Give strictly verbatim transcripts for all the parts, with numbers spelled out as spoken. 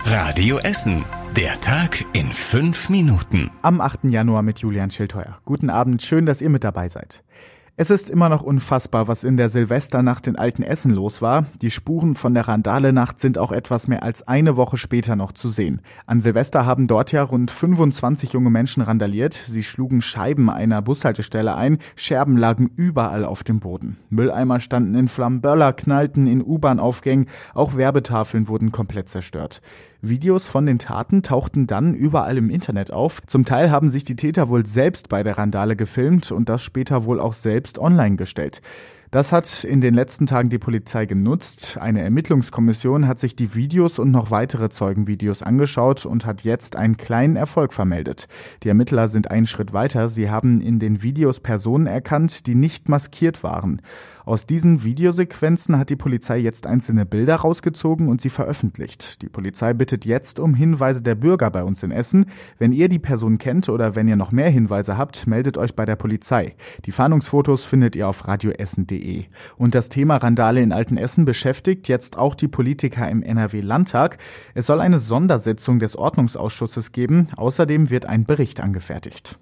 Radio Essen. Der Tag in fünf Minuten. Am achten Januar mit Julian Schildheuer. Guten Abend, schön, dass ihr mit dabei seid. Es ist immer noch unfassbar, was in der Silvesternacht in Altenessen los war. Die Spuren von der Randale-Nacht sind auch etwas mehr als eine Woche später noch zu sehen. An Silvester haben dort ja rund fünfundzwanzig junge Menschen randaliert. Sie schlugen Scheiben einer Bushaltestelle ein, Scherben lagen überall auf dem Boden. Mülleimer standen in Flammen, Böller knallten in U-Bahn-Aufgängen, auch Werbetafeln wurden komplett zerstört. Videos von den Taten tauchten dann überall im Internet auf. Zum Teil haben sich die Täter wohl selbst bei der Randale gefilmt und das später wohl auch selbst online gestellt. Das hat in den letzten Tagen die Polizei genutzt. Eine Ermittlungskommission hat sich die Videos und noch weitere Zeugenvideos angeschaut und hat jetzt einen kleinen Erfolg vermeldet. Die Ermittler sind einen Schritt weiter. Sie haben in den Videos Personen erkannt, die nicht maskiert waren. Aus diesen Videosequenzen hat die Polizei jetzt einzelne Bilder rausgezogen und sie veröffentlicht. Die Polizei bittet jetzt um Hinweise der Bürger bei uns in Essen. Wenn ihr die Person kennt oder wenn ihr noch mehr Hinweise habt, meldet euch bei der Polizei. Die Fahndungsfotos findet ihr auf radioessen punkt de. Und das Thema Randale in Altenessen beschäftigt jetzt auch die Politiker im N R W-Landtag. Es soll eine Sondersitzung des Ordnungsausschusses geben. Außerdem wird ein Bericht angefertigt.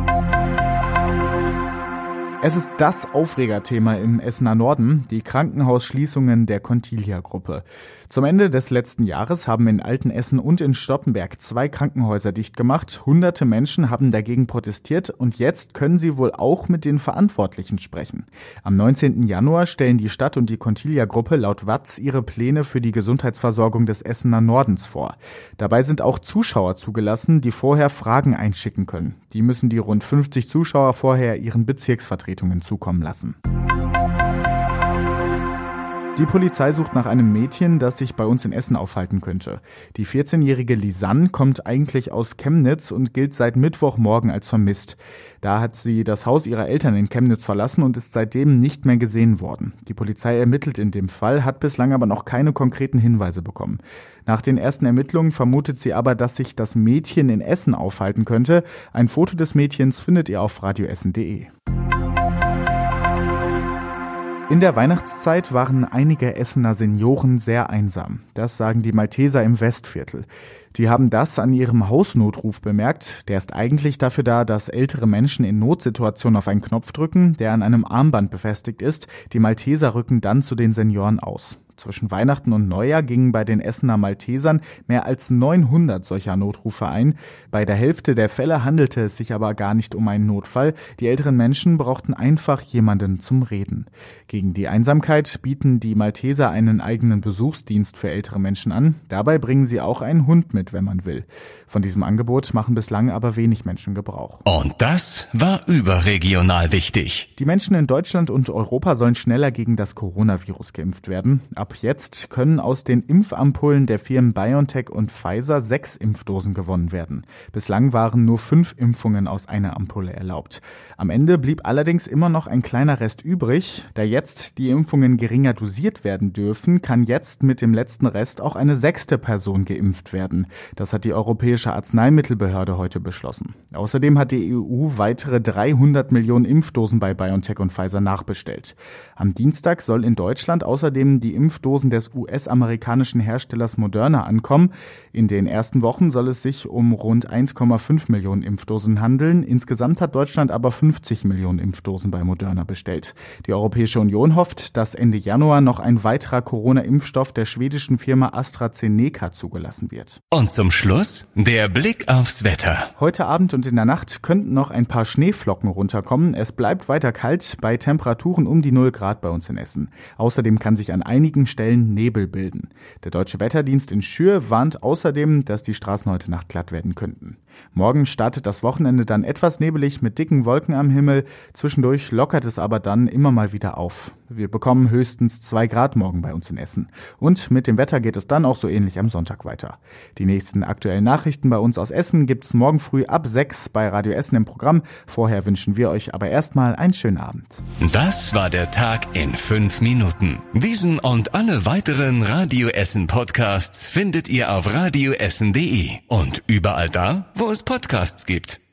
Es ist das Aufregerthema im Essener Norden, die Krankenhausschließungen der Contilia-Gruppe. Zum Ende des letzten Jahres haben in Altenessen und in Stoppenberg zwei Krankenhäuser dicht gemacht. Hunderte Menschen haben dagegen protestiert und jetzt können sie wohl auch mit den Verantwortlichen sprechen. Am neunzehnten Januar stellen die Stadt und die Contilia-Gruppe laut Watz ihre Pläne für die Gesundheitsversorgung des Essener Nordens vor. Dabei sind auch Zuschauer zugelassen, die vorher Fragen einschicken können. Die müssen die rund fünfzig Zuschauer vorher ihren Bezirksvertretern zukommen lassen. Die Polizei sucht nach einem Mädchen, das sich bei uns in Essen aufhalten könnte. Die vierzehnjährige Lisanne kommt eigentlich aus Chemnitz und gilt seit Mittwochmorgen als vermisst. Da hat sie das Haus ihrer Eltern in Chemnitz verlassen und ist seitdem nicht mehr gesehen worden. Die Polizei ermittelt in dem Fall, hat bislang aber noch keine konkreten Hinweise bekommen. Nach den ersten Ermittlungen vermutet sie aber, dass sich das Mädchen in Essen aufhalten könnte. Ein Foto des Mädchens findet ihr auf radioessen punkt de. In der Weihnachtszeit waren einige Essener Senioren sehr einsam. Das sagen die Malteser im Westviertel. Die haben das an ihrem Hausnotruf bemerkt. Der ist eigentlich dafür da, dass ältere Menschen in Notsituationen auf einen Knopf drücken, der an einem Armband befestigt ist. Die Malteser rücken dann zu den Senioren aus. Zwischen Weihnachten und Neujahr gingen bei den Essener Maltesern mehr als neunhundert solcher Notrufe ein. Bei der Hälfte der Fälle handelte es sich aber gar nicht um einen Notfall. Die älteren Menschen brauchten einfach jemanden zum Reden. Gegen die Einsamkeit bieten die Malteser einen eigenen Besuchsdienst für ältere Menschen an. Dabei bringen sie auch einen Hund mit, wenn man will. Von diesem Angebot machen bislang aber wenig Menschen Gebrauch. Und das war überregional wichtig. Die Menschen in Deutschland und Europa sollen schneller gegen das Coronavirus geimpft werden. Ab jetzt können aus den Impfampullen der Firmen BioNTech und Pfizer sechs Impfdosen gewonnen werden. Bislang waren nur fünf Impfungen aus einer Ampulle erlaubt. Am Ende blieb allerdings immer noch ein kleiner Rest übrig. Da jetzt die Impfungen geringer dosiert werden dürfen, kann jetzt mit dem letzten Rest auch eine sechste Person geimpft werden. Das hat die Europäische Arzneimittelbehörde heute beschlossen. Außerdem hat die E U weitere dreihundert Millionen Impfdosen bei BioNTech und Pfizer nachbestellt. Am Dienstag soll in Deutschland außerdem die Impfdosen des U S-amerikanischen Herstellers Moderna ankommen. In den ersten Wochen soll es sich um rund eins Komma fünf Millionen Impfdosen handeln. Insgesamt hat Deutschland aber fünfzig Millionen Impfdosen bei Moderna bestellt. Die Europäische Union hofft, dass Ende Januar noch ein weiterer Corona-Impfstoff der schwedischen Firma AstraZeneca zugelassen wird. Und zum Schluss der Blick aufs Wetter. Heute Abend und in der Nacht könnten noch ein paar Schneeflocken runterkommen. Es bleibt weiter kalt bei Temperaturen um die null Grad bei uns in Essen. Außerdem kann sich an einigen Stellen Nebel bilden. Der Deutsche Wetterdienst in Schür warnt außerdem, dass die Straßen heute Nacht glatt werden könnten. Morgen startet das Wochenende dann etwas nebelig mit dicken Wolken am Himmel. Zwischendurch lockert es aber dann immer mal wieder auf. Wir bekommen höchstens zwei Grad morgen bei uns in Essen. Und mit dem Wetter geht es dann auch so ähnlich am Sonntag weiter. Die nächsten aktuellen Nachrichten bei uns aus Essen gibt's morgen früh ab sechs bei Radio Essen im Programm. Vorher wünschen wir euch aber erstmal einen schönen Abend. Das war der Tag in fünf Minuten. Diesen und alle weiteren Radio Essen Podcasts findet ihr auf radioessen punkt de und überall da, wo es Podcasts gibt.